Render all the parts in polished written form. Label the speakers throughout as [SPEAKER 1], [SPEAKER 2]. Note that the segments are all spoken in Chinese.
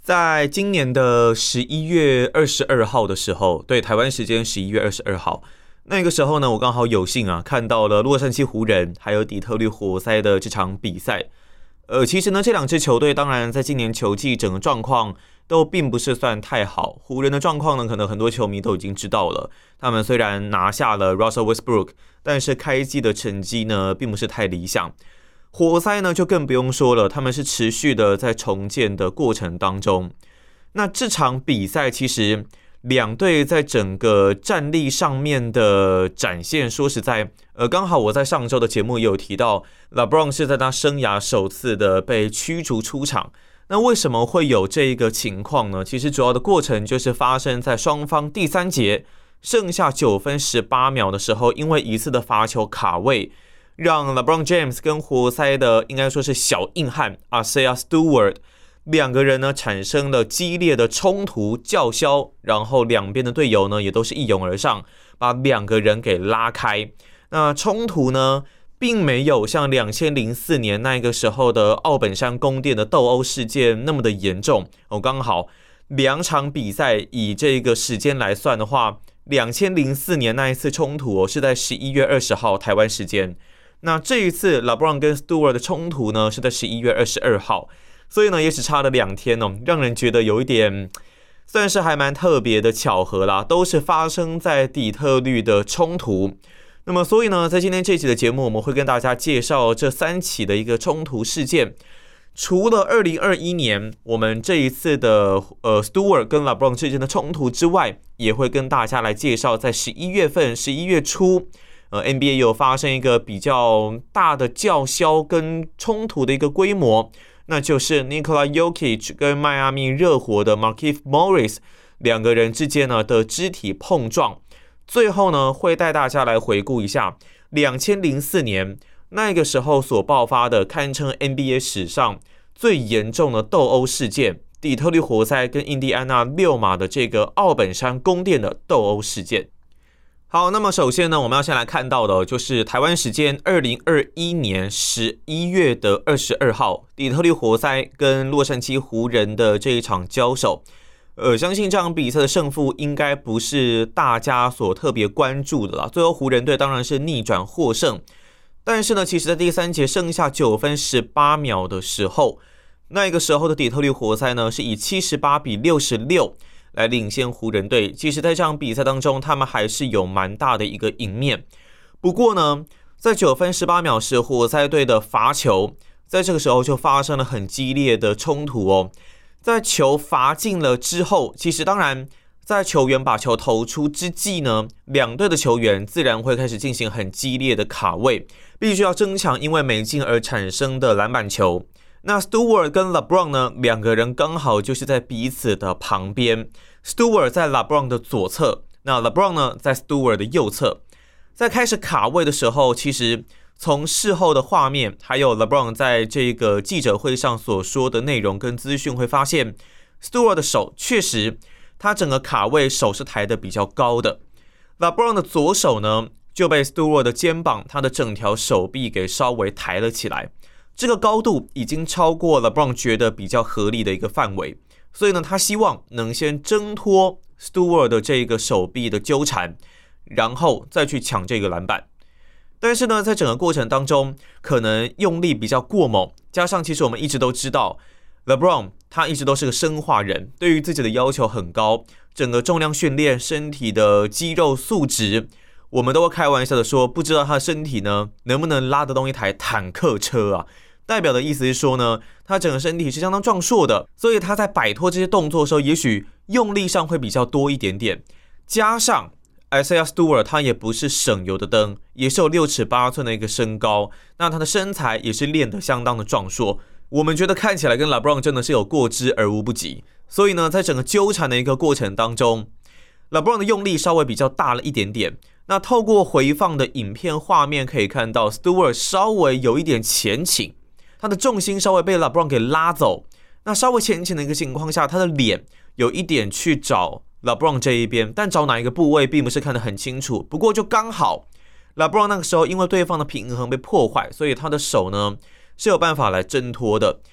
[SPEAKER 1] 在今年的11月22号的时候，对，台湾时间11月22号，那个时候呢，我刚好有幸看到了洛杉矶湖人还有底特律活塞的这场比赛。其实呢，这两支球队当然在今年球季整个状况都并不是算太好。湖人的状况呢，可能很多球迷都已经知道了。他们虽然拿下了 Russell Westbrook， 但是开季的成绩呢，并不是太理想。活塞呢就更不用说了，他们是持续的在重建的过程当中。那这场比赛其实两队在整个战力上面的展现，说实在，刚好我在上周的节目也有提到 ，LeBron 是在他生涯首次的被驱逐出场。那为什么会有这一个情况呢？其实主要的过程就是发生在双方第三节剩下9分18秒的时候，因为一次的罚球卡位，让 LeBron James 跟活塞的应该说是小硬汉 Isaiah Stewart 两个人呢产生了激烈的冲突叫嚣，然后两边的队友呢也都是一拥而上，把两个人给拉开。那冲突呢并没有像2004年那个时候的奥本山宫殿的斗殴事件那么的严重。刚好两场比赛以这个时间来算的话，2004年那一次冲突是在11月20号台湾时间。那这一次 LeBron 跟 Stewart 的冲突呢是在11月22号，所以呢也只差了2天让人觉得有一点算是还蛮特别的巧合啦，都是发生在底特律的冲突。那么所以呢，在今天这期的节目，我们会跟大家介绍这3起的一个冲突事件。除了2021年我们这一次的Stewart 跟 LeBron 之间的冲突之外，也会跟大家来介绍在11月初NBA 有发生一个比较大的叫嚣跟冲突的一个规模，那就是 Nikola Jokic 跟迈阿密热火的 Markieff Morris 两个人之间呢的肢体碰撞。最后呢，会带大家来回顾一下2004年那个时候所爆发的堪称 NBA 史上最严重的斗殴事件——底特律活塞跟印第安纳六马的这个奥本山宫殿的斗殴事件。好，那么首先呢，我们要先来看到的就是台湾时间2021年11月22号，底特律活塞跟洛杉矶湖人的这一场交手。相信这场比赛的胜负应该不是大家所特别关注的啦。最后湖人队当然是逆转获胜，但是呢，其实在第3节剩下9分18秒的时候，那个时候的底特律活塞呢是以78-66来领先湖人队。其实在这场比赛当中，他们还是有蛮大的一个赢面。不过呢，在9分18秒时，活塞队的罚球在这个时候就发生了很激烈的冲突在球罚进了之后，其实当然在球员把球投出之际呢，两队的球员自然会开始进行很激烈的卡位，必须要争抢因为没进而产生的篮板球。那 Stewart 跟 LeBron 呢，两个人刚好就是在彼此的旁边。Stewart 在 LeBron 的左侧，那 LeBron 呢在 Stewart 的右侧。在开始卡位的时候，其实从事后的画面，还有 LeBron 在这个记者会上所说的内容跟资讯，会发现 Stewart 的手确实，他整个卡位手是抬得比较高的。LeBron 的左手呢，就被 Stewart 的肩膀，他的整条手臂给稍微抬了起来。这个高度已经超过 LeBron 觉得比较合理的一个范围，所以呢，他希望能先挣脱 Stewart 的这个手臂的纠缠，然后再去抢这个篮板。但是呢，在整个过程当中，可能用力比较过猛，加上其实我们一直都知道 LeBron 他一直都是个生化人，对于自己的要求很高，整个重量训练、身体的肌肉素质，我们都会开玩笑的说，不知道他的身体呢能不能拉得动一台坦克车啊？代表的意思是说呢，他整个身体是相当壮硕的，所以他在摆脱这些动作的时候，也许用力上会比较多一点点。加上 Isaiah Stewart 他也不是省油的灯，也是有6尺8寸的一个身高，那他的身材也是练得相当的壮硕。我们觉得看起来跟 LeBron 真的是有过之而无不及。所以呢，在整个纠缠的一个过程当中， LeBron 的用力稍微比较大了一点点。那透过回放的影片画面可以看到 Stewart 稍微有一点前倾，他的重心稍微被 LeBron 给拉走。那稍微前倾的一个情况下，他的脸有一点去找 LeBron 这一边，但找哪一个部位并不是看得很清楚。不过就刚好 LeBron 那个时候因为对方的平衡被破坏，所以他的手呢是有办法来挣脱的。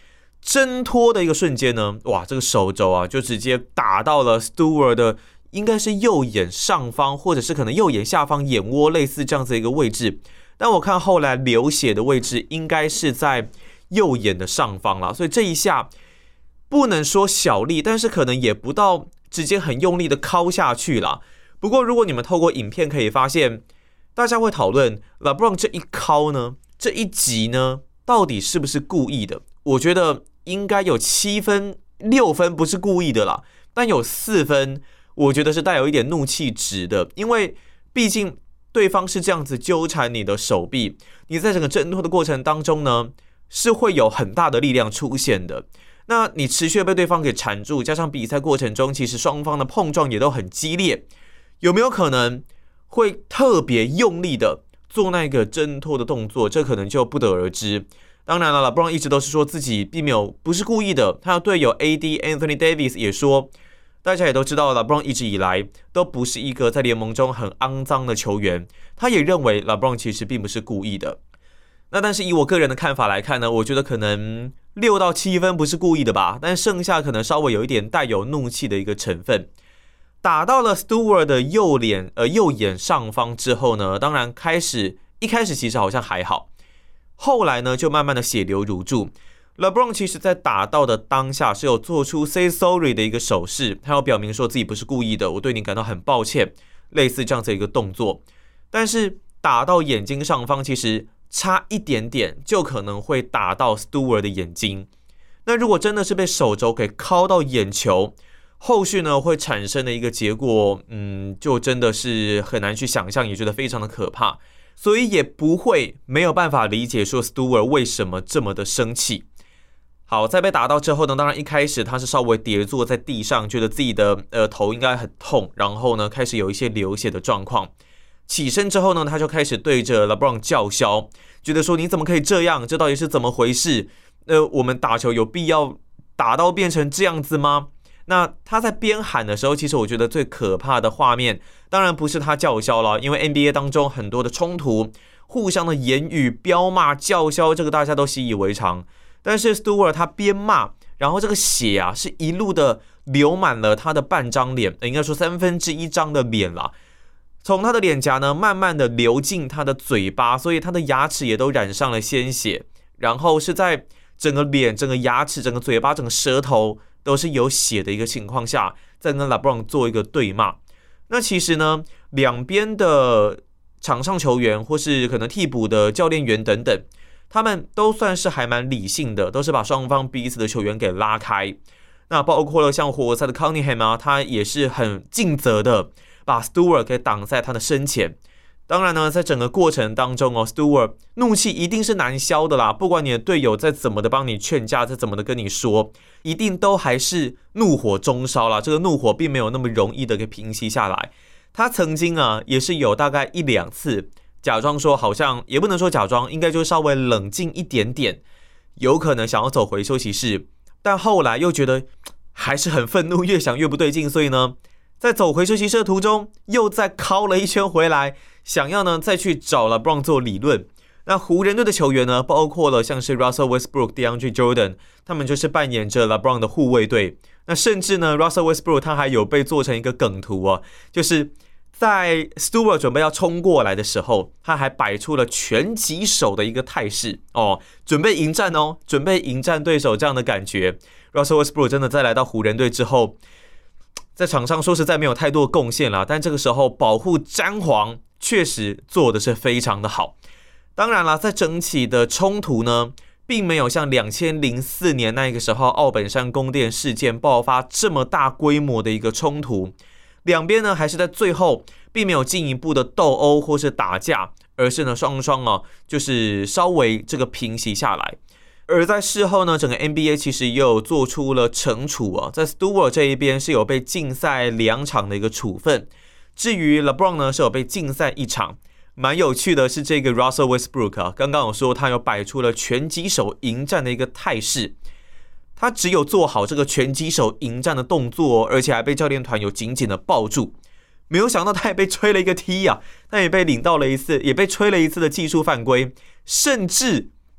[SPEAKER 1] 挣脱的一个瞬间呢，哇，这个手肘啊就直接打到了 Stewart 的应该是右眼上方，或者是可能右眼下方眼窝类似这样子的一个位置。但我看后来流血的位置应该是在右眼的上方啦，所以这一下不能说小力，但是可能也不到直接很用力的敲下去啦。不过如果你们透过影片可以发现，大家会讨论 LeBron 这一敲呢，这一击呢，到底是不是故意的？我觉得应该有7分6分不是故意的啦，但有4分我觉得是带有一点怒气值的，因为毕竟对方是这样子纠缠你的手臂，你在整个挣脱的过程当中呢，是会有很大的力量出现的。那你持续被对方给缠住，加上比赛过程中其实双方的碰撞也都很激烈，有没有可能会特别用力的做那个挣脱的动作？这可能就不得而知。当然了 ，LeBron 一直都是说自己并没有不是故意的，他的队友 AD Anthony Davis 也说。大家也都知道 LeBron 一直以来都不是一个在联盟中很肮脏的球员，他也认为 LeBron 其实并不是故意的。那但是以我个人的看法来看呢，我觉得可能6到7分不是故意的吧，但剩下可能稍微有一点带有怒气的一个成分。打到了 Stewart 的右眼上方之后呢，当然一开始其实好像还好，后来呢就慢慢的血流如注。LeBron 其实在打到的当下是有做出 say sorry 的一个手势，他有表明说自己不是故意的，我对你感到很抱歉，类似这样子一个动作。但是打到眼睛上方其实差一点点就可能会打到 Stewart 的眼睛。那如果真的是被手肘给敲到眼球，后续呢会产生的一个结果，就真的是很难去想象，也觉得非常的可怕。所以也没有办法理解说 Stewart 为什么这么的生气。好，在被打到之后呢，当然一开始他是稍微跌坐在地上，觉得自己的头应该很痛，然后呢开始有一些流血的状况。起身之后呢，他就开始对着 LeBron 叫嚣，觉得说你怎么可以这样？这到底是怎么回事？我们打球有必要打到变成这样子吗？那他在边喊的时候，其实我觉得最可怕的画面，当然不是他叫嚣了，因为 NBA 当中很多的冲突，互相的言语彪骂叫嚣，这个大家都习以为常。但是 Stewart 他边骂，然后这个血啊是一路的流满了他的半张脸，应该说1/3张的脸啦，从他的脸颊呢慢慢的流进他的嘴巴，所以他的牙齿也都染上了鲜血，然后是在整个脸、整个牙齿、整个嘴巴、整个舌头都是有血的一个情况下，再跟 LeBron 做一个对骂。那其实呢，两边的场上球员或是可能替补的教练员等等，他们都算是还蛮理性的，都是把双方彼此的球员给拉开。那包括了像活塞的 Cunningham 啊，他也是很尽责的把 Stewart 给挡在他的身前。当然呢，在整个过程当中Stewart 怒气一定是难消的啦，不管你的队友再怎么的帮你劝架，再怎么的跟你说，一定都还是怒火中烧啦。这个怒火并没有那么容易的给平息下来。他曾经也是有大概1-2次假装说，好像也不能说假装，应该就稍微冷静一点点，有可能想要走回休息室，但后来又觉得还是很愤怒，越想越不对劲，所以呢，在走回休息室的途中，又再敲了一圈回来，想要呢再去找 LeBron 做理论。那湖人队的球员呢，包括了像是 Russell Westbrook、DeAndre Jordan， 他们就是扮演着 LeBron 的护卫队。那甚至呢 ，Russell Westbrook 他还有被做成一个梗图就是在 Stewart 准备要冲过来的时候，他还摆出了拳击手的一个态势准备迎战准备迎战对手这样的感觉。Russell Westbrook 真的在来到湖人队之后，在场上说实在没有太多的贡献啦，但这个时候保护詹皇确实做的是非常的好。当然啦，在整起的冲突呢，并没有像2004年那个时候奥本山宫殿事件爆发这么大规模的一个冲突。两边呢还是在最后并没有进一步的斗殴或是打架，而是呢双方就是稍微这个平息下来。而在事后呢，整个 NBA 其实也有做出了惩处在 Stewart 这一边是有被禁赛2场的一个处分，至于 LeBron 呢是有被禁赛1场。蛮有趣的是，这个 Russell Westbrook 刚刚有说他有摆出了拳击手迎战的一个态势，他只有做好这个拳击手迎战的动作而且还被教练团有紧紧的抱住。没有想到他也被吹了一个踢他也被吹了一次的技术犯规，甚至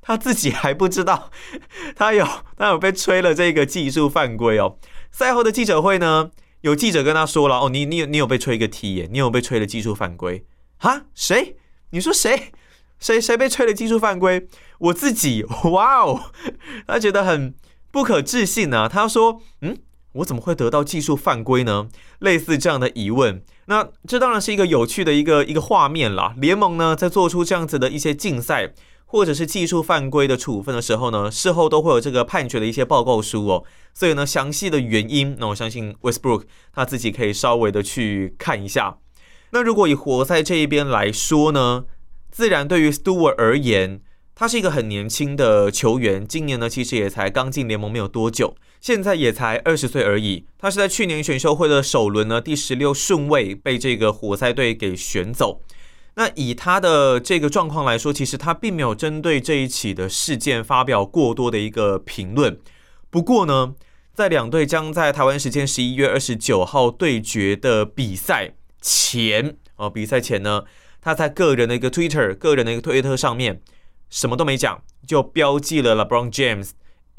[SPEAKER 1] 他自己还不知道他有被吹了这个技术犯规哦。赛后的记者会呢，有记者跟他说了，你有被吹一个 T 耶，你有被吹了技术犯规哈？谁？你说谁被吹了技术犯规？我自己，哇哦，他觉得很不可置信啊。他说，我怎么会得到技术犯规呢？类似这样的疑问。那这当然是一个有趣的一个画面啦。联盟呢，在做出这样子的一些竞赛或者是技术犯规的处分的时候呢，事后都会有这个判决的一些报告书哦。所以呢，详细的原因，那我相信 Westbrook 他自己可以稍微的去看一下。那如果以活塞这一边来说呢，自然对于 Stewart 而言，他是一个很年轻的球员，今年呢其实也才刚进联盟没有多久，现在也才20岁而已。他是在去年选秀会的首轮呢第16顺位被这个活塞队给选走。那以他的这个状况来说，其实他并没有针对这一起的事件发表过多的一个评论。不过呢，在两队将在台湾时间11月29号对决的比赛前呢，他在个人的一个推特上面什么都没讲，就标记了 LeBron James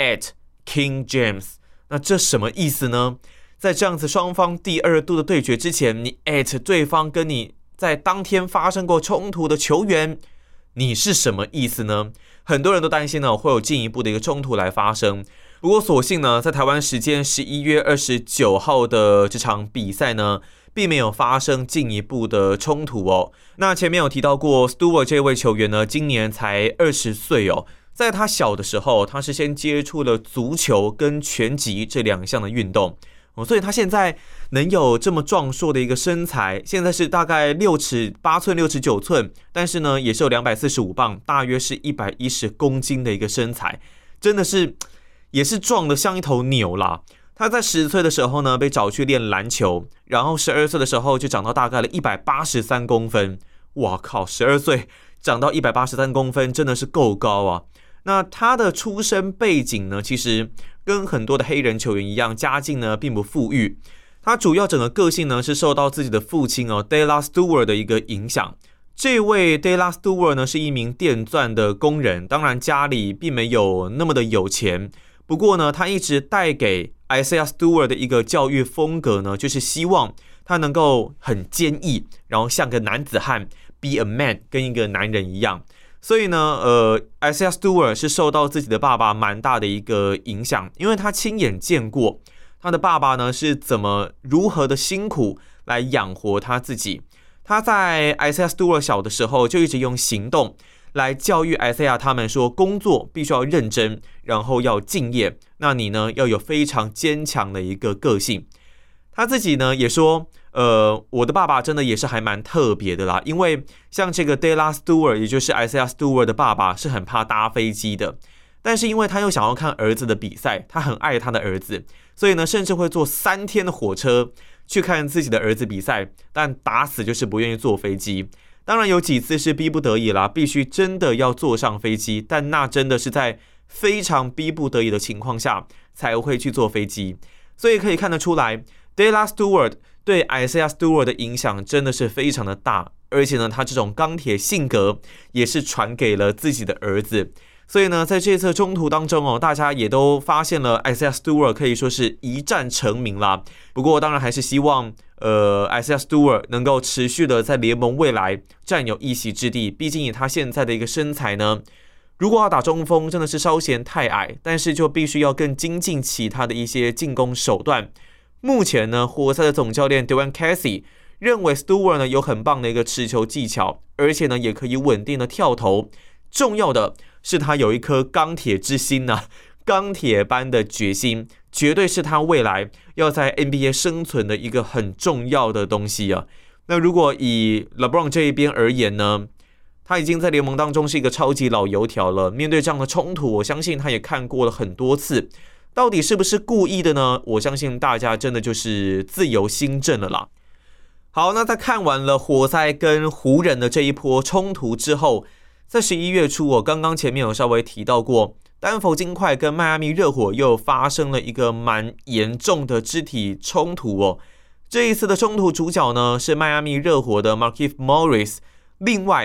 [SPEAKER 1] @King James。 那这什么意思呢？在这样子双方第二度的对决之前，你对方跟你在当天发生过冲突的球员，你是什么意思呢？很多人都担心呢会有进一步的一个冲突来发生。不过所幸呢，在台湾时间11月29号的这场比赛呢，并没有发生进一步的冲突哦。那前面有提到过 Stewart 这位球员呢，今年才20岁哦。在他小的时候，他是先接触了足球跟拳击这2项的运动所以他现在能有这么壮硕的一个身材，现在是大概6尺8寸、6尺9寸，但是呢也是有245磅，大约是110公斤的一个身材，真的是也是壮得像一头牛啦。他在10岁的时候呢被找去练篮球，然后12岁的时候就长到大概了183公分。哇靠，12岁长到183公分真的是够高啊。那他的出身背景呢，其实跟很多的黑人球员一样，家境呢并不富裕。他主要整个个性呢是受到自己的父亲Della Stewart 的一个影响。这位 Della Stewart 呢是一名电钻的工人，当然家里并没有那么的有钱。不过呢，他一直带给 Isaiah Stewart 的一个教育风格呢，就是希望他能够很坚毅，然后像个男子汉 ，be a man， 跟一个男人一样。所以呢，Isaiah Stewart 是受到自己的爸爸蛮大的一个影响，因为他亲眼见过他的爸爸呢是如何的辛苦来养活他自己。他在 Isaiah Stewart 小的时候就一直用行动来教育 Isaiah 他们说，工作必须要认真，然后要敬业，那你呢要有非常坚强的一个个性。他自己呢也说，我的爸爸真的也是还蛮特别的啦，因为像这个 Della Stewart， 也就是 Isaiah Stewart 的爸爸是很怕搭飞机的，但是因为他又想要看儿子的比赛，他很爱他的儿子，所以呢甚至会坐3天的火车去看自己的儿子比赛，但打死就是不愿意坐飞机。当然有几次是逼不得已啦，必须真的要坐上飞机，但那真的是在非常逼不得已的情况下才会去坐飞机。所以可以看得出来Della Stewart 对 Isaiah Stewart 的影响真的是非常的大，而且呢他这种钢铁性格也是传给了自己的儿子。所以呢在这次冲突当中大家也都发现了 Isaiah Stewart 可以说是一战成名啦。不过当然还是希望Isaiah Stewart 能够持续的在联盟未来占有一席之地，毕竟以他现在的一个身材呢，如果要打中锋真的是稍嫌太矮，但是就必须要更精进其他的一些进攻手段。目前呢，活塞的总教练 Dwane Casey 认为 Stewart 呢有很棒的一个持球技巧，而且呢也可以稳定的跳投。重要的是他有一颗钢铁之心啊，钢铁般的决心，绝对是他未来要在 NBA 生存的一个很重要的东西啊。那如果以 LeBron 这一边而言呢，他已经在联盟当中是一个超级老油条了，面对这样的冲突，我相信他也看过了很多次。到底是不是故意的呢？我相信大家真的就是自由心证了啦。好，那在看完了活塞跟湖人的这一波冲突之后，在11月初，我刚刚前面有稍微提到过，丹佛金块跟迈阿密热火又发生了一个蛮严重的肢体冲突这一次的冲突主角呢是迈阿密热火的 Markieff Morris， 另外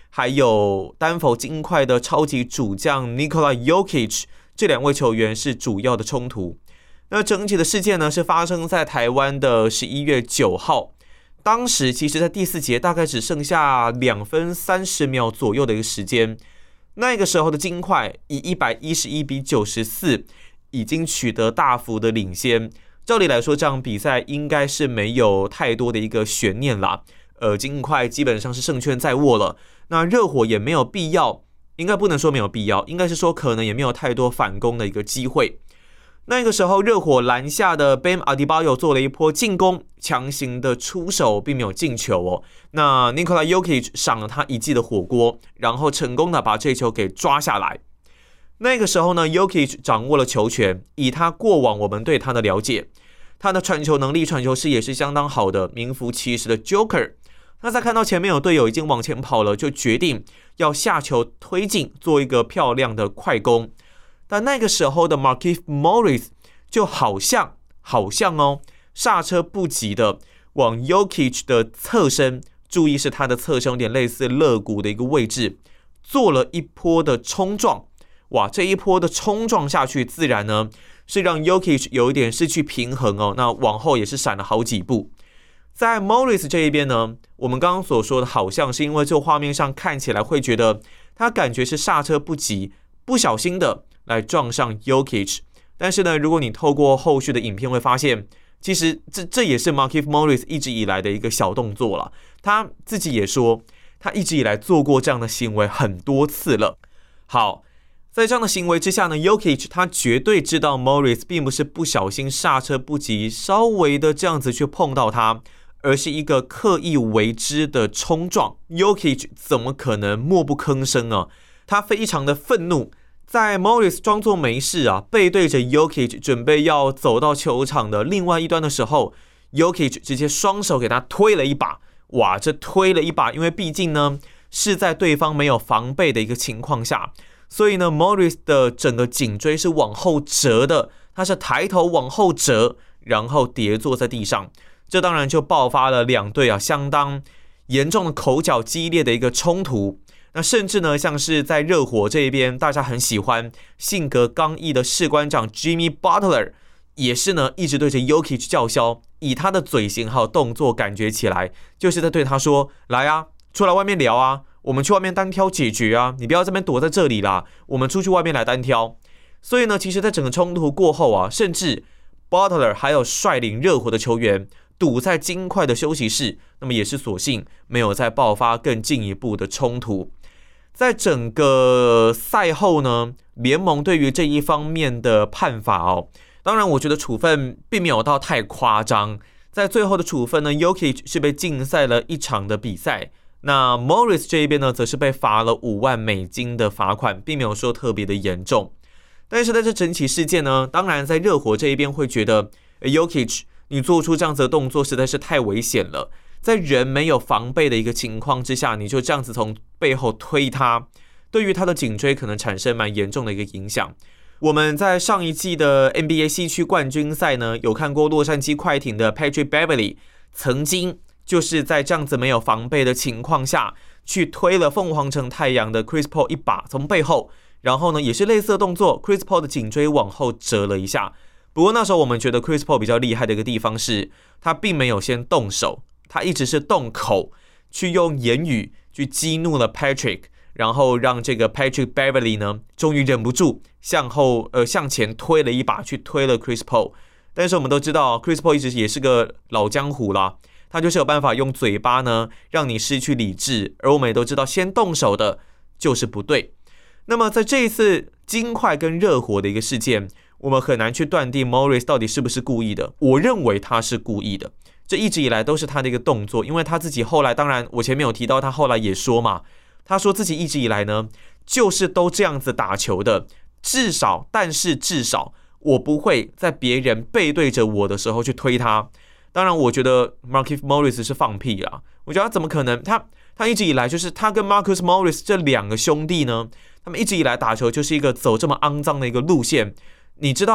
[SPEAKER 1] 还有丹佛金块的超级主将 Nikola Jokic， 这2位球员是主要的冲突。那整体的事件呢，是发生在台湾的11月9号。当时其实在第4节大概只剩下2分30秒左右的一个时间，那个时候的金块以111比94已经取得大幅的领先。照理来说，这场比赛应该是没有太多的一个悬念啦。金块基本上是胜券在握了。那热火也没有必要，应该不能说没有必要，应该是说可能也没有太多反攻的一个机会。那个时候，热火篮下的 Bam Adebayo 做了一波进攻，强行的出手，并没有进球哦。那 Nikola Jokic 赏了他一记的火锅，然后成功的把这球给抓下来。那个时候呢 ，Jokic 掌握了球权，以他过往我们对他的了解，他的传球能力、传球视野是相当好的，名副其实的 Joker。那在看到前面有队友已经往前跑了，就决定要下球推进，做一个漂亮的快攻。但那个时候的 Markieff Morris 就好像刹车不及的往 Jokic 的侧身，注意是他的侧身有点类似肋骨的一个位置，做了一波的冲撞。哇，这一波的冲撞下去，自然呢是让 Jokic 有一点失去平衡哦。那往后也是闪了好几步。在 Morris 这一边呢，我们刚刚所说的好像是因为这画面上看起来会觉得他感觉是刹车不及，不小心的来撞上 Jokic。但是呢，如果你透过后续的影片会发现，其实这也是 Markieff Morris 一直以来的一个小动作了。他自己也说，他一直以来做过这样的行为很多次了。好，在这样的行为之下呢 ，Jokic 他绝对知道 Morris 并不是不小心刹车不及，稍微的这样子去碰到他，而是一个刻意为之的冲撞。Jokic 怎么可能默不吭声呢？他非常的愤怒。在 Morris 装作没事啊，背对着 Jokic 准备要走到球场的另外一端的时候， Jokic 直接双手给他推了一把。哇，这推了一把，因为毕竟呢是在对方没有防备的一个情况下，所以呢 Morris 的整个颈椎是往后折的，他是抬头往后折，然后跌坐在地上。这当然就爆发了两队相当严重的口角激烈的一个冲突。那甚至呢，像是在热火这一边，大家很喜欢性格刚毅的士官长 Jimmy Butler， 也是呢一直对着 Jokic 叫嚣，以他的嘴型还有动作感觉起来，就是在对他说：“来啊，出来外面聊啊，我们去外面单挑解决啊，你不要这边躲在这里啦，我们出去外面来单挑。”所以呢，其实在整个冲突过后甚至 Butler 还有率领热火的球员堵在金块的休息室，那么也是所幸没有再爆发更进一步的冲突。在整个赛后呢，联盟对于这一方面的判法当然我觉得处分并没有到太夸张。在最后的处分呢 ，Jokic 是被禁赛了1场的比赛，那 Morris 这一边呢，则是被罚了$5万的罚款，并没有说特别的严重。但是在这整起事件呢，当然在热火这一边会觉得，Jokic 你做出这样子的动作实在是太危险了。在人没有防备的一个情况之下，你就这样子从背后推他，对于他的颈椎可能产生蛮严重的一个影响。我们在上一季的 NBA 西区冠军赛呢，有看过洛杉矶快艇的 Patrick Beverley 曾经就是在这样子没有防备的情况下，去推了凤凰城太阳的 Chris Paul 一把，从背后，然后呢也是类似的动作 ，Chris Paul 的颈椎往后折了一下。不过那时候我们觉得 Chris Paul 比较厉害的一个地方是，他并没有先动手。他一直是动口去用言语去激怒了 Patrick， 然后让这个 Patrick Beverley 呢终于忍不住向前推了一把，去推了 Chris Paul。 但是我们都知道 Chris Paul 一直也是个老江湖啦，他就是有办法用嘴巴呢让你失去理智，而我们也都知道先动手的就是不对。那么在这一次金块跟热火的一个事件，我们很难去断定 Morris 到底是不是故意的。我认为他是故意的，这一直以来都是他的一个动作，因为他自己后来，当然我前面有提到，他后来也说嘛，他说自己一直以来呢，就是都这样子打球的，至少我不会在别人背对着我的时候去推他。当然我觉得 Markieff Morris 是放屁啦，我觉得他怎么可能，他一直以来就是他跟 Marcus Morris 这2个兄弟呢，他们一直以来打球就是一个走这么肮脏的一个路线。你知道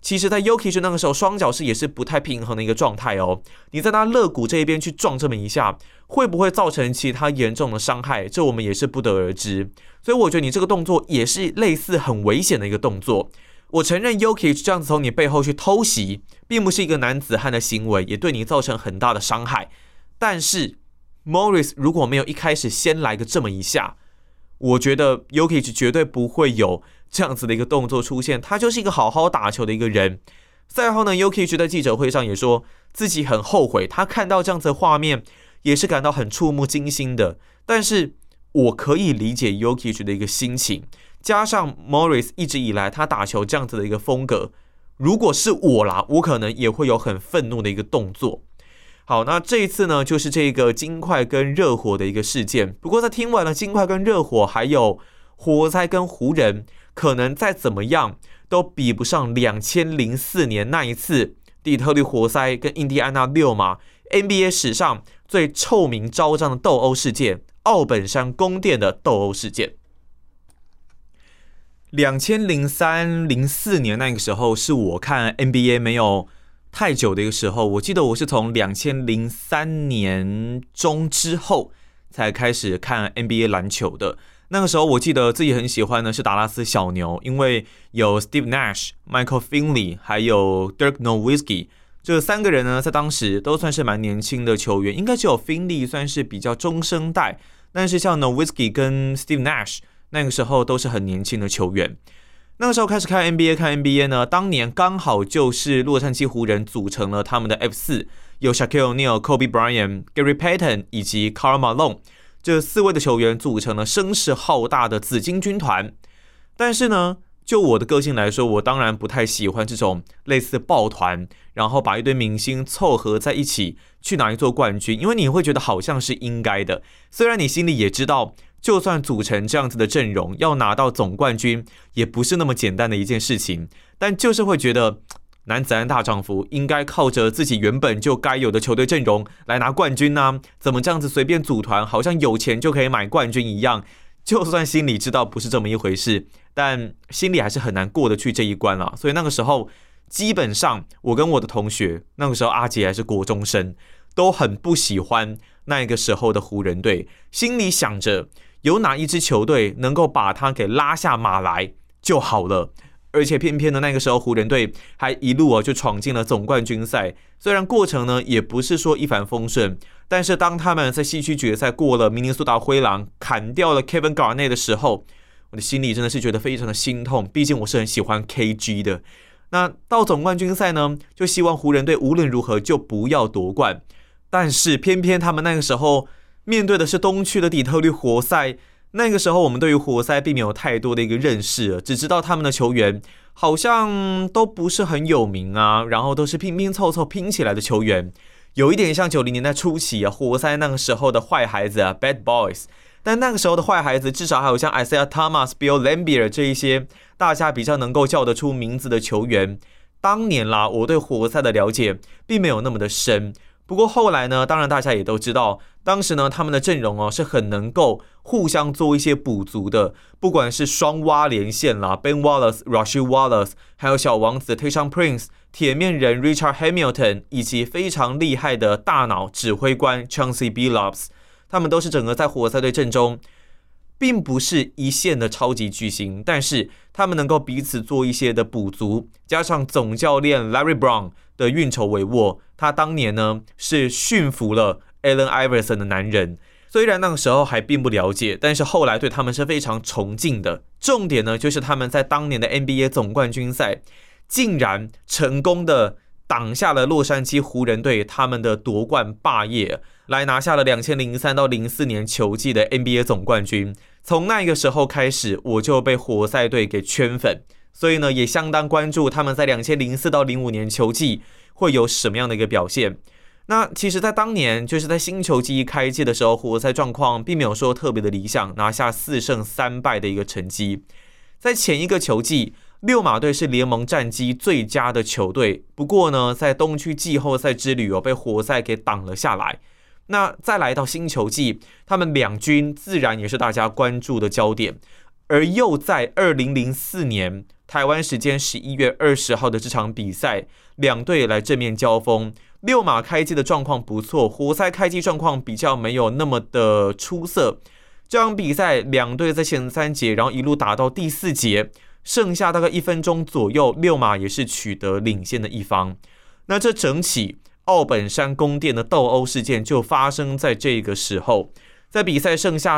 [SPEAKER 1] 其实在 Jokic 那个时候双脚是也是不太平衡的一个状态哦。你在他肋骨这一边去撞这么一下，会不会造成其他严重的伤害？这我们也是不得而知。所以我觉得你这个动作也是类似很危险的一个动作。我承认 Jokic 这样子从你背后去偷袭，并不是一个男子汉的行为，也对你造成很大的伤害。但是 Morris 如果没有一开始先来个这么一下，我觉得 Jokic 绝对不会有这样子的一个动作出现。他就是一个好好打球的一个人。赛后呢 Jokic 在记者会上也说自己很后悔，他看到这样子的画面也是感到很触目惊心的。但是我可以理解 Jokic 的一个心情，加上 Morris 一直以来他打球这样子的一个风格，如果是我啦，我可能也会有很愤怒的一个动作。好，那这一次呢，就是这个金块跟热火的一个事件。不过在听完了金块跟热火，还有活塞跟湖人，可能再怎么样都比不上2004年那一次底特律活塞跟印第安纳六马 NBA 史上最臭名昭彰的斗殴事件——奥本山宫殿的斗殴事件。2003-04年那个时候是我看 NBA 没有太久的一个时候，我记得我是从2003年中之后才开始看 NBA 篮球的。那个时候我记得自己很喜欢的是达拉斯小牛，因为有 Steve Nash、Michael Finley 还有 Dirk Nowitzki 这三个人呢，在当时都算是蛮年轻的球员，应该只有 Finley 算是比较中生代，但是像 Nowitzki 跟 Steve Nash 那个时候都是很年轻的球员。那个时候开始看 NBA 呢，当年刚好就是洛杉矶湖人组成了他们的 F4， 有 Shaquille O'Neal、Kobe Bryant、Gary Payton 以及 Karl Malone 这4位的球员组成了声势浩大的紫金军团。但是呢，就我的个性来说，我当然不太喜欢这种类似抱团，然后把一堆明星凑合在一起去拿一座冠军，因为你会觉得好像是应该的。虽然你心里也知道，就算组成这样子的阵容，要拿到总冠军也不是那么简单的一件事情，但就是会觉得男子汉大丈夫应该靠着自己原本就该有的球队阵容来拿冠军啊，怎么这样子随便组团，好像有钱就可以买冠军一样。就算心里知道不是这么一回事，但心里还是很难过得去这一关啦。所以那个时候基本上我跟我的同学，那个时候阿杰还是国中生，都很不喜欢那个时候的湖人队，心里想着有哪一支球队能够把他给拉下马来就好了。而且偏偏的那个时候湖人队还一路就闯进了总冠军赛，虽然过程呢也不是说一帆风顺，但是当他们在西区决赛过了明尼苏达灰狼，砍掉了 Kevin Garnett 的时候，我的心里真的是觉得非常的心痛，毕竟我是很喜欢 KG 的。那到总冠军赛呢，就希望湖人队无论如何就不要夺冠，但是偏偏他们那个时候面对的是东区的底特律活塞。那个时候我们对于活塞并没有太多的一个认识，只知道他们的球员好像都不是很有名啊，然后都是拼拼凑凑拼起来的球员，有一点像90年代初期活塞那个时候的坏孩子Bad Boys。 但那个时候的坏孩子至少还有像 Isaiah Thomas、Bill Laimbeer 这一些大家比较能够叫得出名字的球员。当年啦，我对活塞的了解并没有那么的深，不过后来呢，当然大家也都知道，当时呢他们的阵容是很能够互相做一些补足的，不管是双蛙连线啦 Ben Wallace、Rasheed Wallace， 还有小王子 Tayshaun Prince、 铁面人 Richard Hamilton， 以及非常厉害的大脑指挥官 Chauncey Billups， 他们都是整个在活塞队阵中并不是一线的超级巨星，但是他们能够彼此做一些的补足，加上总教练 Larry Brown 的运筹帷幄，他当年呢是驯服了 Allen Iverson 的男人。虽然那个时候还并不了解，但是后来对他们是非常崇敬的。重点呢就是他们在当年的 NBA 总冠军赛竟然成功的挡下了洛杉矶湖人队他们的夺冠霸业，来拿下了2003-04年球季的 NBA 总冠军。从那个时候开始，我就被活塞队给圈粉，所以呢也相当关注他们在2004-05年球季会有什么样的一个表现。那其实在当年就是在新球季开季的时候，活塞状况并没有说特别的理想，拿下4胜3败的一个成绩。在前一个球季，六马队是联盟战绩最佳的球队，不过呢在东区季后赛之旅被活塞给挡了下来。那再来到新球季，他们两军自然也是大家关注的焦点。 而又在2004年台湾时间11月20号的这场比赛，两队来正面交锋。六马开季的状况不错，活塞开季状况比较没有那么的出色。这场比赛两队在前3节，然后一路打到第4节，剩下大概1分钟左右，六马也是取得领先的一方。那这整起奥本山宫殿的斗殴事件就发生在这个时候，在比赛剩下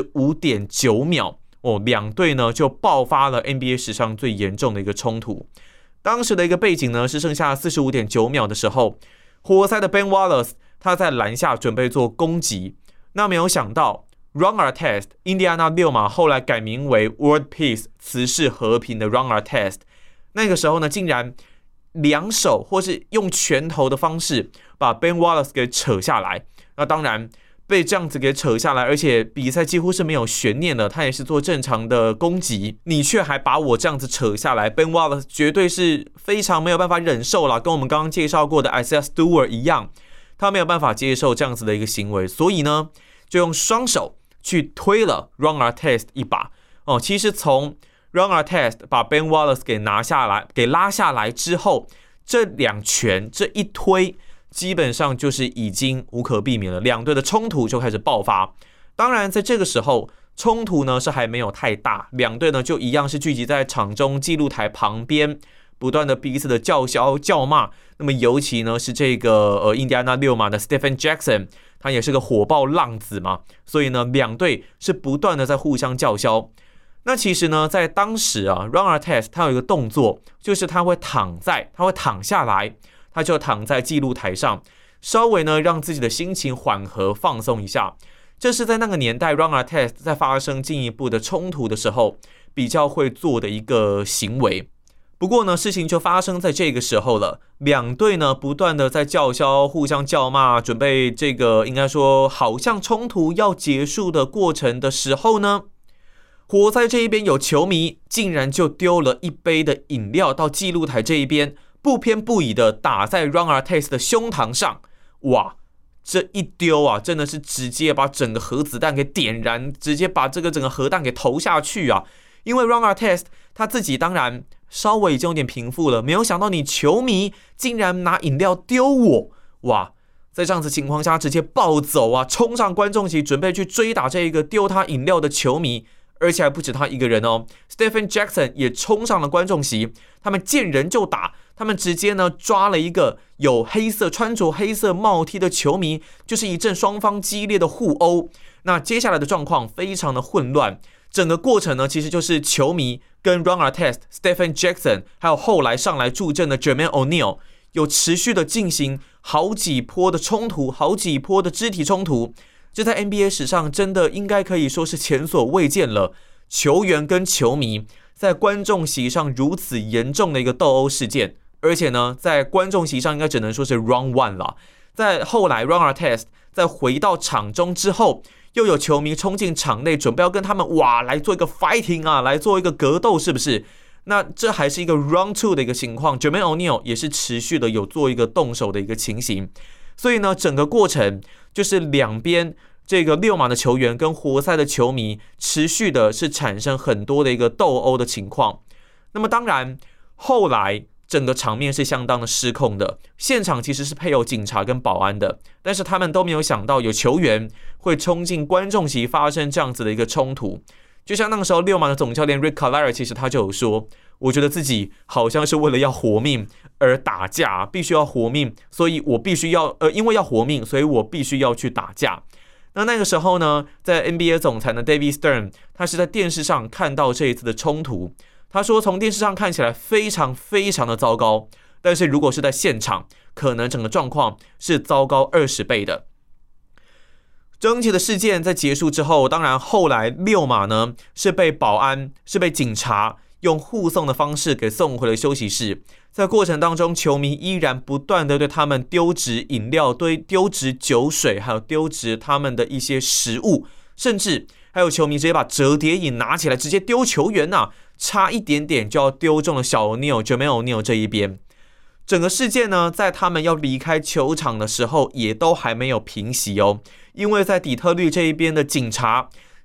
[SPEAKER 1] 45.9秒。两队呢就爆发了 NBA 史上最严重的一个冲突。当时的一个背景呢是剩下45.9秒的时候，活塞的 Ben Wallace 他在篮下准备做攻击，那没有想到 Ron Artest 印第安纳六马后来改名为 World Peace 慈世和平的 Ron Artest， 那个时候呢竟然两手或是用拳头的方式把 Ben Wallace 给扯下来。那当然被这样子给扯下来，而且比赛几乎是没有悬念的，他也是做正常的攻击，你却还把我这样子扯下来， Ben Wallace 绝对是非常没有办法忍受啦，跟我们刚刚介绍过的 Isaiah Stewart 一样，他没有办法接受这样子的一个行为，所以呢就用双手去推了 Ron Artest 一把。其实从 Ron Artest 把 Ben Wallace 给拿下来给拉下来之后，这两拳这一推基本上就是已经无可避免了，两队的冲突就开始爆发。当然在这个时候冲突呢是还没有太大，两队呢就一样是聚集在场中记录台旁边，不断的彼此的叫嚣叫骂。那么尤其呢是这个印第安纳六马的 Stephen Jackson， 他也是个火爆浪子嘛，所以呢两队是不断的在互相叫嚣。那其实呢在当时啊 Ron Artest 他有一个动作，就是他会躺下来，他就躺在记录台上，稍微呢让自己的心情缓和放松一下。这是在那个年代 Ron Artest 在发生进一步的冲突的时候比较会做的一个行为。不过呢事情就发生在这个时候了，两队呢不断的在叫嚣互相叫骂，准备这个应该说好像冲突要结束的过程的时候呢，活塞这一边有球迷竟然就丢了一杯的饮料到记录台这一边，不偏不倚的打在 Ron Artest 的胸膛上。哇，这一丢啊真的是直接把整个核子弹给点燃，直接把这个整个核弹给投下去啊。因为 Ron Artest 他自己当然稍微已经有点平复了，没有想到你球迷竟然拿饮料丢我。哇，在这样子情况下直接暴走啊，冲上观众席准备去追打这一个丢他饮料的球迷。而且还不止他一个人哦 ，Stephen Jackson 也冲上了观众席，他们见人就打，他们直接呢抓了一个有穿着黑色帽 T 的球迷，就是一阵双方激烈的互殴。那接下来的状况非常的混乱，整个过程呢其实就是球迷跟 Ron Artest、Stephen Jackson 还有后来上来助阵的 Jermaine O'Neal 有持续的进行好几波的冲突，好几波的肢体冲突。这在 NBA 史上真的应该可以说是前所未见了，球员跟球迷在观众席上如此严重的一个斗殴事件，而且呢在观众席上应该只能说是 round one 了。在后来 Ron Artest 在回到场中之后，又有球迷冲进场内准备要跟他们来做一个 fighting 啊，来做一个格斗，是不是？那这还是一个 round two 的一个情况， Jermaine O'Neal 也是持续的有做一个动手的一个情形。所以呢整个过程就是两边这个六马的球员跟活塞的球迷持续的是产生很多的一个斗殴的情况。那么当然后来整个场面是相当的失控的，现场其实是配有警察跟保安的，但是他们都没有想到有球员会冲进观众席发生这样子的一个冲突。就像那个时候六马的总教练 Rick Carlisle 其实他就有说，我觉得自己好像是为了要活命而打架，必须要活命，所以我必须要因为要活命，所以我必须要去打架。那个时候呢，在 NBA 总裁的 David Stern 他是在电视上看到这一次的冲突，他说从电视上看起来非常非常的糟糕，但是如果是在现场，可能整个状况是糟糕20倍的。整体的事件在结束之后，当然后来六马呢是被警察用护送的方式给送回了休息室。在过程当中，球迷依然不断的对他们丢掷饮料、丢掷酒水，还有丢掷他们的一些食物，甚至还有球迷直接把折叠椅拿起来直接丢球员啊，差一点点就要丢中了小 Jermaine O'Neal 这一边。整个事件呢，在他们要离开球场的时候，也都还没有平息哦。因为在底特律这一边的警察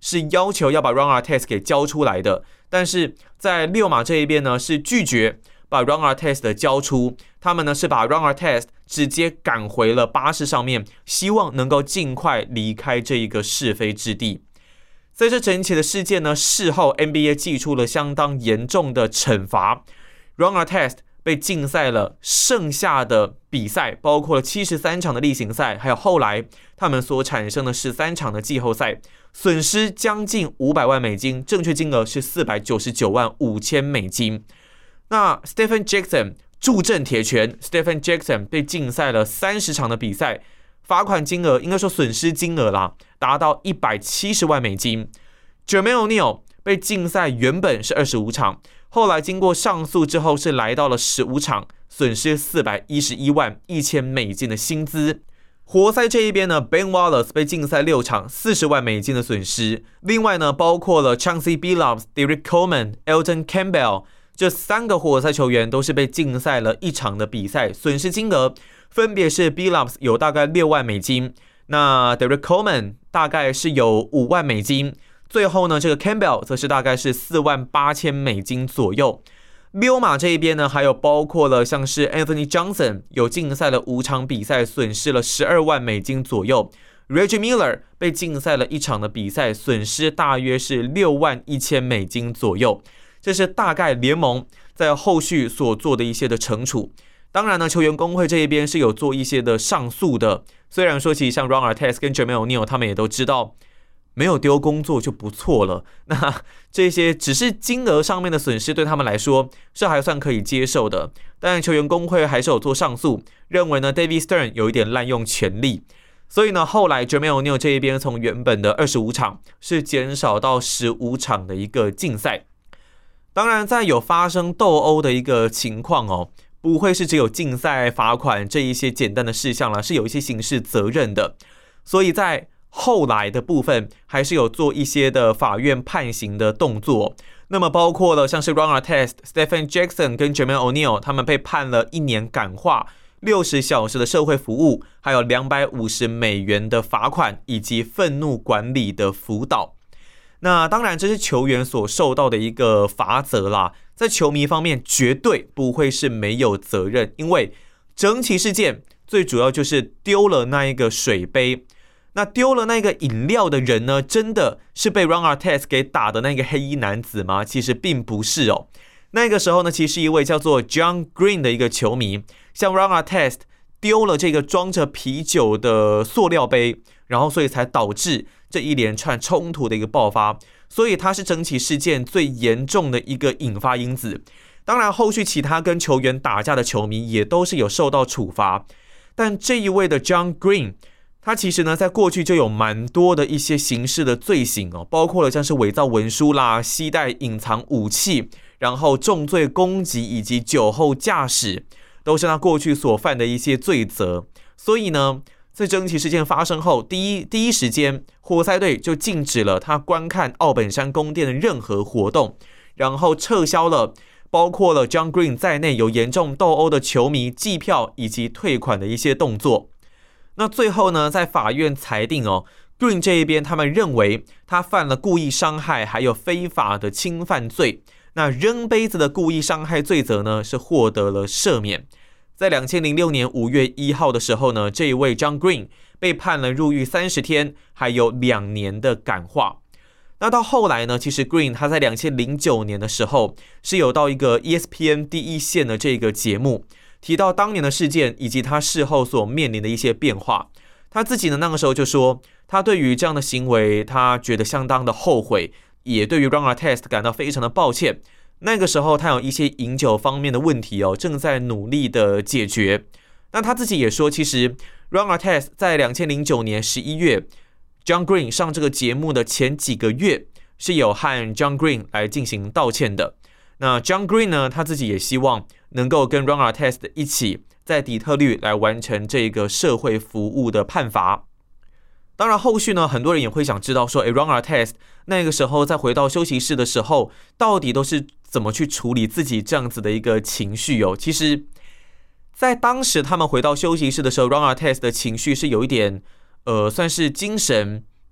[SPEAKER 1] 是要求要把 Ron Artest 给交出来的，但是在六马这一边呢是拒绝把 Ron Artest 的交出，他们呢是把 Ron Artest 直接赶回了巴士上面，希望能够尽快离开这一个是非之地。在这整起的事件呢，事后 NBA 祭出了相当严重的惩罚 ，Ron Artest 被禁赛了剩下的比赛，包括了73场的例行赛，还有后来他们所产生的13场的季后赛，损失将近500万美金，正确金额是499万5千美金。那 Stephen Jackson 助阵铁拳 ，Stephen Jackson 被禁赛了30场的比赛，罚款金额应该说损失金额啦，达到170万美金。Jermaine O'Neal 被禁赛原本是25场，后来经过上诉之后是来到了15场，损失411万1千美金的薪资。活塞这一边呢 ，Ben Wallace 被禁赛6场，40万美金的损失。另外呢，包括了 Chauncey Billups、Derrick Coleman、Elton Campbell 这3个活塞球员都是被禁赛了1场的比赛，损失金额分别是 Billups 有大概6万美金，那 Derrick Coleman 大概是有5万美金。最后呢，这个 Campbell 则是大概是4万8千美金左右。溜马这一边呢，还有包括了像是 Anthony Johnson 有禁赛了5场比赛，损失了12万美金左右。Reggie Miller 被禁赛了1场的比赛，损失大约是6万1千美金左右。这是大概联盟在后续所做的一些的惩处。当然呢，球员工会这一边是有做一些的上诉的。虽然说其实像 Ron Artest 跟 Jermaine O'Neal 他们也都知道，没有丢工作就不错了。那这些只是金额上面的损失，对他们来说是还算可以接受的。但球员工会还是有做上诉，认为呢 David Stern 有一点滥用权力。所以呢，后来 Jermaine O'Neal 这一边从原本的25场是减少到15场的一个禁赛。当然，在有发生斗殴的一个情况哦，不会是只有禁赛、罚款这一些简单的事项啦，是有一些刑事责任的。所以在后来的部分，还是有做一些的法院判刑的动作。那么包括了像是 Ron Artest、Stephen Jackson 跟 Jermaine O'Neal 他们被判了1年感化、60小时的社会服务，还有250美元的罚款，以及愤怒管理的辅导。那当然，这是球员所受到的一个罚则啦。在球迷方面，绝对不会是没有责任，因为整起事件最主要就是丢了那一个水杯。那丢了那个饮料的人呢，真的是被 Ron Artest 给打的那个黑衣男子吗？其实并不是哦。那个时候呢，其实一位叫做 John Green 的一个球迷，向 Ron Artest 丢了这个装着啤酒的塑料杯，然后所以才导致这一连串冲突的一个爆发。所以他是整起事件最严重的一个引发因子。当然，后续其他跟球员打架的球迷也都是有受到处罚。但这一位的 John Green，他其实呢，在过去就有蛮多的一些刑事的罪行哦，包括了像是伪造文书啦、携带隐藏武器，然后重罪攻击以及酒后驾驶，都是他过去所犯的一些罪责。所以呢，在整起事件发生后，第一时间，活塞队就禁止了他观看奥本山宫殿的任何活动，然后撤销了包括了 John Green 在内有严重斗殴的球迷计票以及退款的一些动作。那最后呢，在法院裁定哦 ，Green 这一边他们认为他犯了故意伤害还有非法的侵犯罪。那扔杯子的故意伤害罪责呢，是获得了赦免。在2006年5月1号的时候呢，这一位 John Green 被判了入狱30天，还有2年的感化。那到后来呢，其实 Green 他在2009年的时候是有到一个 ESPN 第一线的这个节目，提到当年的事件以及他事后所面临的一些变化。他自己呢，那个时候就说，他对于这样的行为，他觉得相当的后悔，也对于 Ron Artest 感到非常的抱歉。那个时候他有一些饮酒方面的问题哦，正在努力的解决。那他自己也说，其实 Ron Artest 在2009年11月 John Green 上这个节目的前几个月是有和 John Green 来进行道歉的。那 John Green 呢，他自己也希望能够跟 Ron Artest 一起在底特律来完成这个社会服务的判罚。当然后续呢，很多人也会想知道说，Ron Artest 那个时候在回到休息室的时候，到底都是怎么去处理自己这样子的一个情绪哦。其实在当时他们回到休息室的时候， Ron Artest 的情绪是有一点算是精神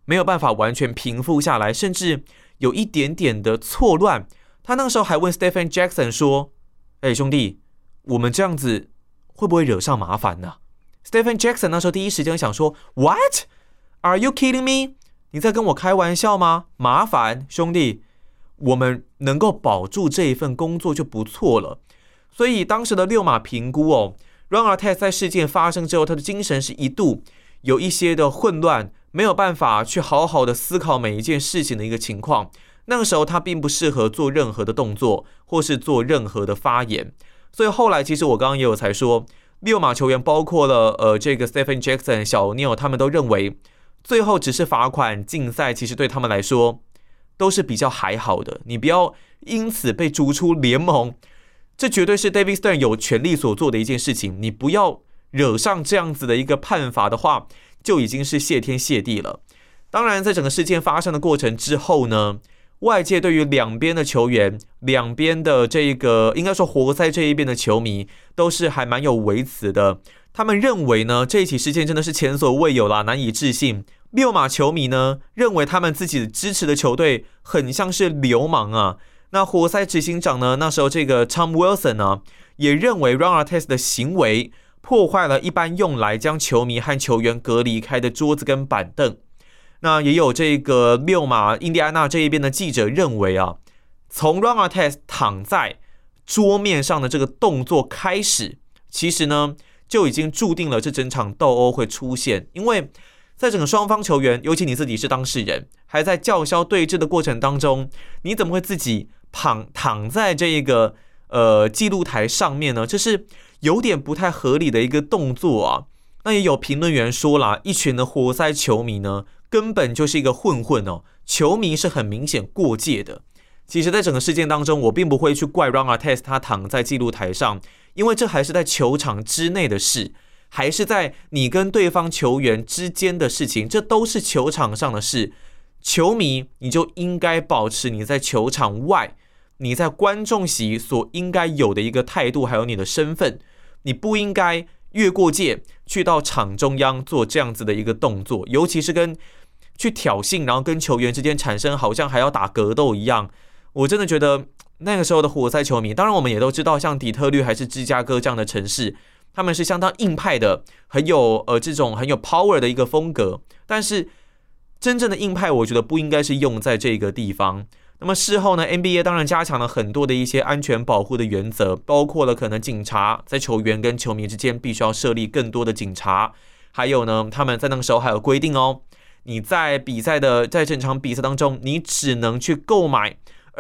[SPEAKER 1] 没有办法完全平复下来，甚至有一点点的错乱。他那个时候还问 Stephen Jackson 说：“兄弟，我们这样子会不会惹上麻烦呢？”Stephen Jackson 那时候第一时间想说 ：“What? Are you kidding me？ 你在跟我开玩笑吗？麻烦，兄弟，我们能够保住这一份工作就不错了。”所以当时的六马评估Ron Artest 在事件发生之后，他的精神是一度有一些的混乱，没有办法去好好的思考每一件事情的一个情况。那个时候他并不适合做任何的动作，或是做任何的发言。所以后来其实我刚刚也有才说，六马球员包括了这个 Stephen Jackson、小妞，他们都认为最后只是罚款禁赛，其实对他们来说都是比较还好的。你不要因此被逐出联盟，这绝对是 David Stern 有权利所做的一件事情。你不要惹上这样子的一个判罚的话，就已经是谢天谢地了。当然，在整个事件发生的过程之后呢，外界对于两边的球员、两边的这个应该说活塞这一边的球迷，都是还蛮有微词的。他们认为呢，这一起事件真的是前所未有啦，难以置信。六马球迷呢，认为他们自己支持的球队很像是流氓啊。那活塞执行长呢，那时候这个 Tom Wilson 呢，也认为 Ron Artest 的行为破坏了一般用来将球迷和球员隔离开的桌子跟板凳。那也有这个六马印第安纳这一边的记者认为从 Ron Artest 躺在桌面上的这个动作开始，其实呢就已经注定了这整场斗殴会出现。因为在整个双方球员，尤其你自己是当事人，还在叫嚣对峙的过程当中，你怎么会自己躺在这个记录台上面呢？这是有点不太合理的一个动作啊。那也有评论员说啦，一群的活塞球迷呢，根本就是一个混混球迷是很明显过界的。其实在整个事件当中，我并不会去怪 Ron Artest 他躺在记录台上，因为这还是在球场之内的事，还是在你跟对方球员之间的事情，这都是球场上的事。球迷你就应该保持你在球场外，你在观众席所应该有的一个态度，还有你的身份，你不应该越过界去到场中央做这样子的一个动作，尤其是去挑衅，然后跟球员之间产生好像还要打格斗一样。我真的觉得那个时候的活塞球迷，当然我们也都知道，像底特律还是芝加哥这样的城市，他们是相当硬派的，很有这种很有 power 的一个风格。但是真正的硬派，我觉得不应该是用在这个地方。那么事后呢 ，NBA 当然加强了很多的一些安全保护的原则，包括了可能警察在球员跟球迷之间必须要设立更多的警察，还有呢，他们在那个时候还有规定你在整场比赛当中，你只能去购买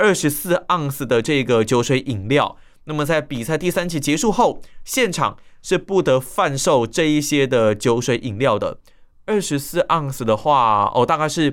[SPEAKER 1] 24盎司的这个酒水饮料。那么在比赛第3期结束后，现场是不得贩售这一些的酒水饮料的。24盎司的话，大概是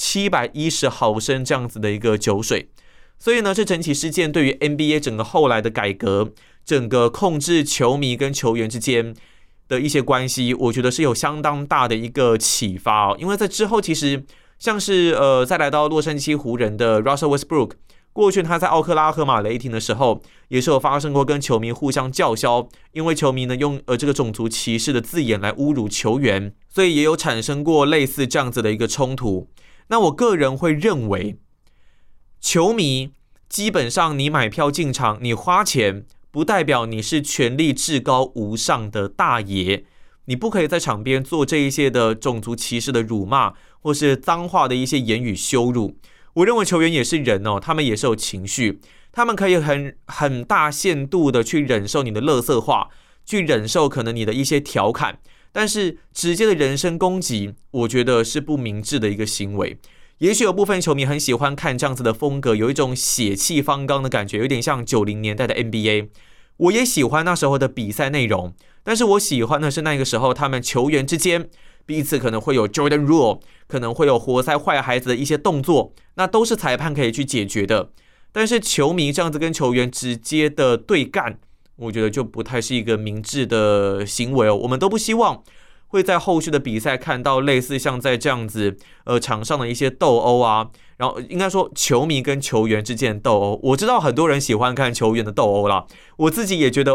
[SPEAKER 1] 710毫升这样子的一个酒水。所以呢，这整起事件对于 NBA 整个后来的改革，整个控制球迷跟球员之间的一些关系，我觉得是有相当大的一个启发因为在之后其实像是再来到洛杉矶湖人的 Russell Westbrook， 过去他在奥克拉荷马雷霆的时候，也是有发生过跟球迷互相叫嚣，因为球迷呢用这个种族歧视的字眼来侮辱球员，所以也有产生过类似这样子的一个冲突。那我个人会认为，球迷基本上你买票进场，你花钱不代表你是权力至高无上的大爷，你不可以在场边做这一些的种族歧视的辱骂，或是脏话的一些言语羞辱。我认为球员也是人他们也是有情绪，他们可以很大限度的去忍受你的垃圾话，去忍受可能你的一些调侃，但是直接的人身攻击，我觉得是不明智的一个行为。也许有部分球迷很喜欢看这样子的风格，有一种血气方刚的感觉，有点像90年代的 NBA。我也喜欢那时候的比赛内容，但是我喜欢的是那个时候他们球员之间彼此可能会有 Jordan Rule， 可能会有活塞坏孩子的一些动作，那都是裁判可以去解决的。但是球迷这样子跟球员直接的对干，我觉得就不太是一个明智的行为我们都不希望会在后续的比赛看到类似像在这样子场上的一些斗殴啊，然后应该说球迷跟球员之间的斗殴。我知道很多人喜欢看球员的斗殴啦，我自己也觉得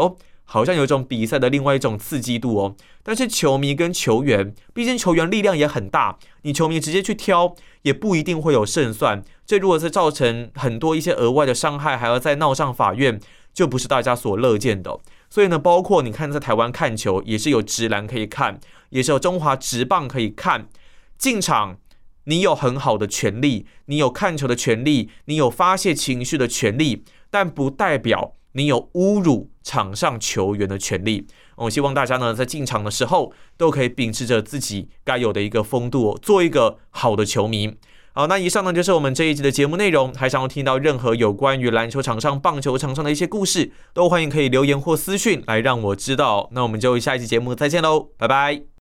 [SPEAKER 1] 好像有一种比赛的另外一种刺激度哦。但是球迷跟球员，毕竟球员力量也很大，你球迷直接去挑，也不一定会有胜算。这如果是造成很多一些额外的伤害，还要再闹上法院，就不是大家所乐见的。所以呢，包括你看在台湾看球，也是有职篮可以看，也是有中华职棒可以看。进场你有很好的权利，你有看球的权利，你有发泄情绪的权利，但不代表你有侮辱场上球员的权利。我希望大家呢在进场的时候都可以秉持着自己该有的一个风度，做一个好的球迷。好，那以上呢就是我们这一集的节目内容。还想要听到任何有关于篮球场上、棒球场上的一些故事，都欢迎可以留言或私讯来让我知道。那我们就下一期节目再见喽，拜拜。